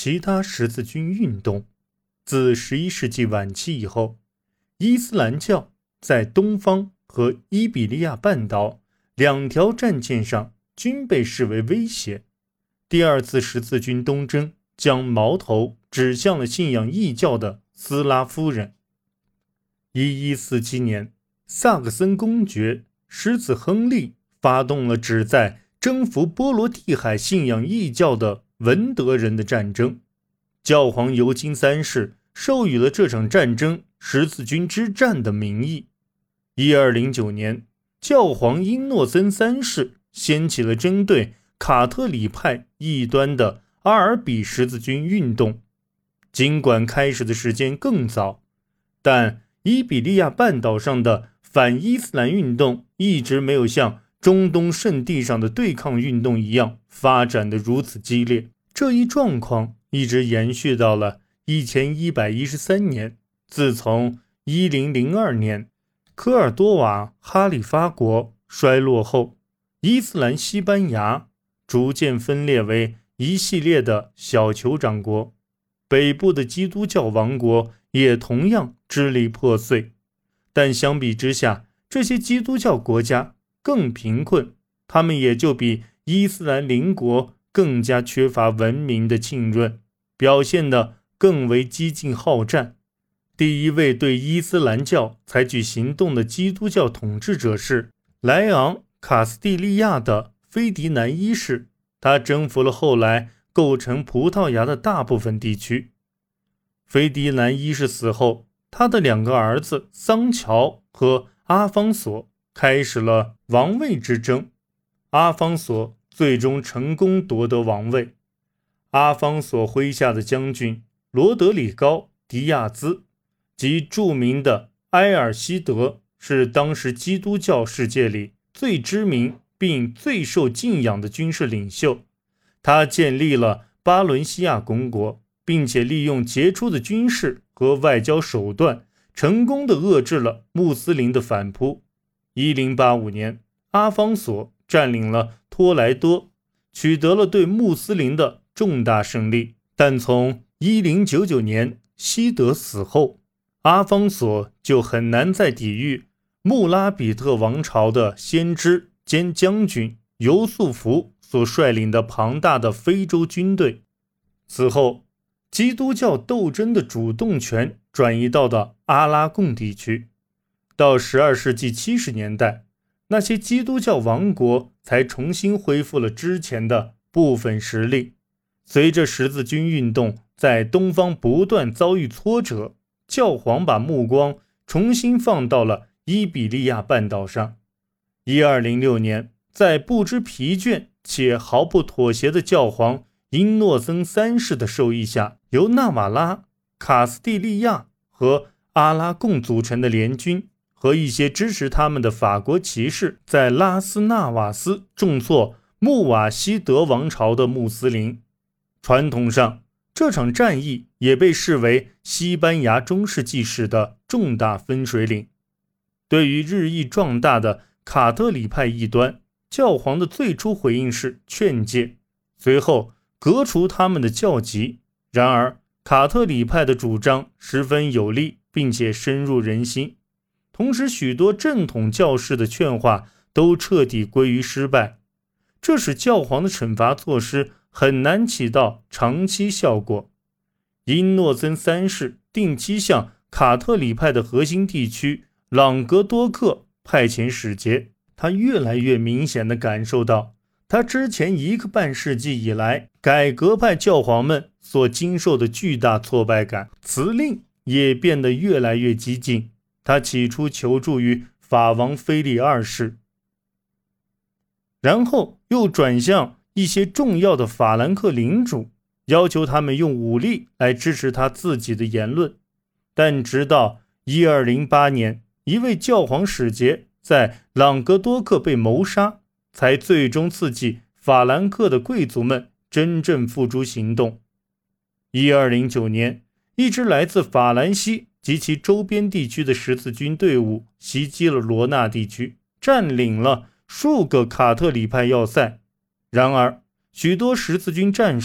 其他十字军运动。自11世纪晚期以后，伊斯兰教在东方和伊比利亚半岛两条战线上均被视为威胁。第二次十字军东征将矛头指向了信仰异教的斯拉夫人。1147年，萨克森公爵狮子亨利发动了旨在征服波罗的海信仰异教的文德人的战争。教皇尤金三世授予了这场战争十字军之战的名义。1209年，教皇英诺森三世掀起了针对卡特里派异端的阿尔比十字军运动。尽管开始的时间更早，但伊比利亚半岛上的反伊斯兰运动一直没有像中东圣地上的对抗运动一样发展得如此激烈。这一状况一直延续到了1113年，自从1002年科尔多瓦哈里发国衰落后，伊斯兰西班牙逐渐分裂为一系列的小酋长国，北部的基督教王国也同样支离破碎。但相比之下，这些基督教国家更贫困，他们也就比伊斯兰邻国更加缺乏文明的浸润，表现得更为激进好战。第一位对伊斯兰教采取行动的基督教统治者是莱昂卡斯蒂利亚的菲迪南一世，他征服了后来构成葡萄牙的大部分地区。菲迪南一世死后，他的两个儿子桑乔和阿方索开始了王位之争。阿方索最终成功夺得王位。阿方索麾下的将军罗德里高·迪亚兹及著名的埃尔希德是当时基督教世界里最知名并最受敬仰的军事领袖。他建立了巴伦西亚公国，并且利用杰出的军事和外交手段，成功地遏制了穆斯林的反扑。1085年，阿方索占领了托莱多，取得了对穆斯林的重大胜利。但从1099年西德死后，阿方索就很难再抵御穆拉比特王朝的先知兼将军尤素福所率领的庞大的非洲军队。此后，基督教斗争的主动权转移到了阿拉贡地区。到12世纪70年代，那些基督教王国才重新恢复了之前的部分实力。随着十字军运动在东方不断遭遇挫折，教皇把目光重新放到了伊比利亚半岛上。1206年，在不知疲倦且毫不妥协的教皇英诺森三世的授意下，由纳瓦拉、卡斯蒂利亚和阿拉贡组成的联军和一些支持他们的法国骑士，在拉斯纳瓦斯重挫穆瓦希德王朝的穆斯林。传统上，这场战役也被视为西班牙中世纪史的重大分水岭。对于日益壮大的卡特里派异端，教皇的最初回应是劝诫，随后革除他们的教籍。然而，卡特里派的主张十分有力，并且深入人心。同时，许多正统教士的劝话都彻底归于失败，这使教皇的惩罚措施很难起到长期效果。英诺森三世定期向卡特里派的核心地区朗格多克派遣使节，他越来越明显地感受到他之前1个半世纪以来改革派教皇们所经受的巨大挫败感，辞令也变得越来越激进。他起初求助于法王腓力二世，然后又转向一些重要的法兰克领主，要求他们用武力来支持他自己的言论。但直到1208年，一位教皇使节在朗格多克被谋杀，才最终刺激法兰克的贵族们真正付诸行动。1209年，一支来自法兰西及其周边地区的十字军队伍袭击了罗纳地区，占领了数个卡特里派要塞。然而，许多十字军战士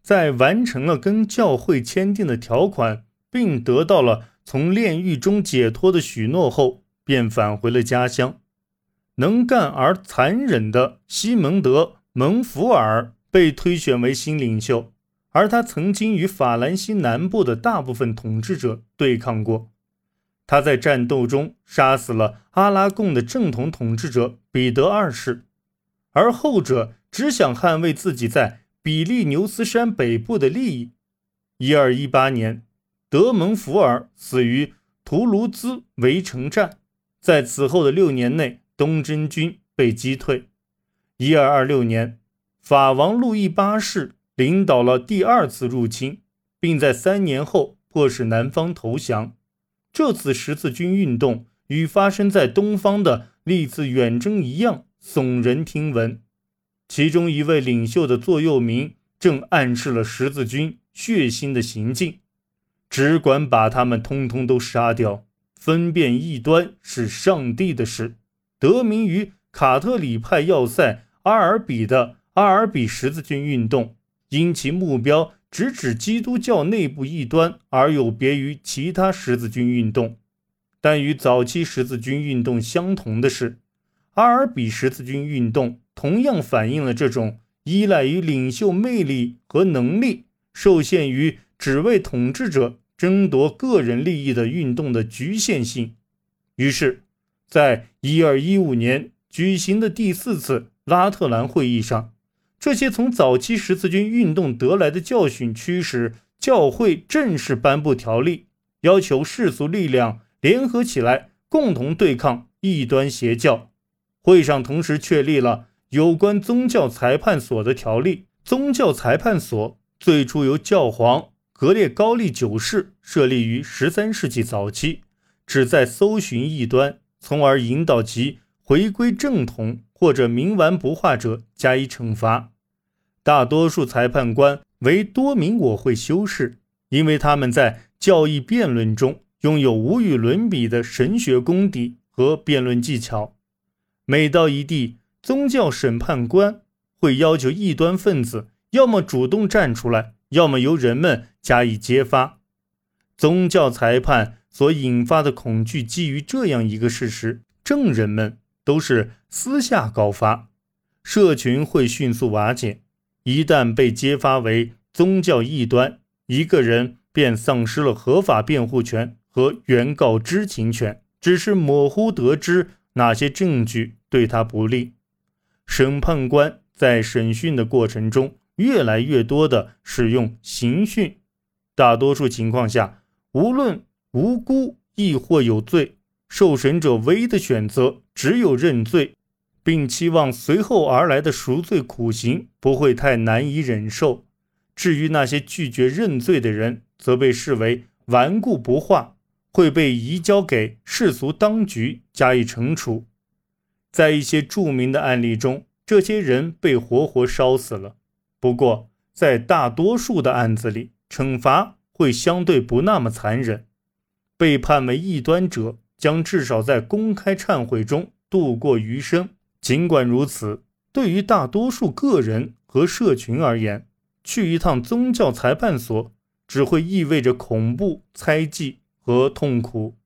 在完成了跟教会签订的条款，并得到了从炼狱中解脱的许诺后，便返回了家乡。能干而残忍的西蒙德·蒙福尔被推选为新领袖，而他曾经与法兰西南部的大部分统治者对抗过。他在战斗中杀死了阿拉贡的正统统治者彼得二世，而后者只想捍卫自己在比利牛斯山北部的利益。1218年，德蒙福尔死于图卢兹围城战，在此后的6年内，东征军被击退。1226年，法王路易八世领导了第2次入侵，并在3年后迫使南方投降。这次十字军运动与发生在东方的历次远征一样耸人听闻。其中一位领袖的座右铭正暗示了十字军血腥的行径：只管把他们通通都杀掉，分辨异端是上帝的事。得名于卡特里派要塞阿尔比的阿尔比十字军运动，因其目标直指基督教内部异端而有别于其他十字军运动。但与早期十字军运动相同的是，阿尔比十字军运动同样反映了这种依赖于领袖魅力和能力，受限于只为统治者争夺个人利益的运动的局限性。于是在1215年举行的第4次拉特兰会议上，这些从早期十字军运动得来的教训驱使教会正式颁布条例，要求世俗力量联合起来共同对抗异端邪教。会上同时确立了有关宗教裁判所的条例。宗教裁判所最初由教皇格列高利9世设立于13世纪早期，旨在搜寻异端，从而引导其回归正统或者冥顽不化者加以惩罚。大多数裁判官为多名我会修士，因为他们在教义辩论中拥有无与伦比的神学功底和辩论技巧。每到一地，宗教审判官会要求异端分子要么主动站出来，要么由人们加以揭发。宗教裁判所引发的恐惧基于这样一个事实：证人们都是私下告发，社群会迅速瓦解。一旦被揭发为宗教异端，一个人便丧失了合法辩护权和原告知情权，只是模糊得知哪些证据对他不利。审判官在审讯的过程中越来越多地使用刑讯，大多数情况下，无论无辜亦或有罪，受审者唯一的选择只有认罪，并期望随后而来的赎罪苦刑不会太难以忍受。至于那些拒绝认罪的人，则被视为顽固不化，会被移交给世俗当局加以惩处。在一些著名的案例中，这些人被活活烧死了。不过，在大多数的案子里，惩罚会相对不那么残忍。被判为异端者将至少在公开忏悔中度过余生。尽管如此，对于大多数个人和社群而言，去一趟宗教裁判所只会意味着恐怖、猜忌和痛苦。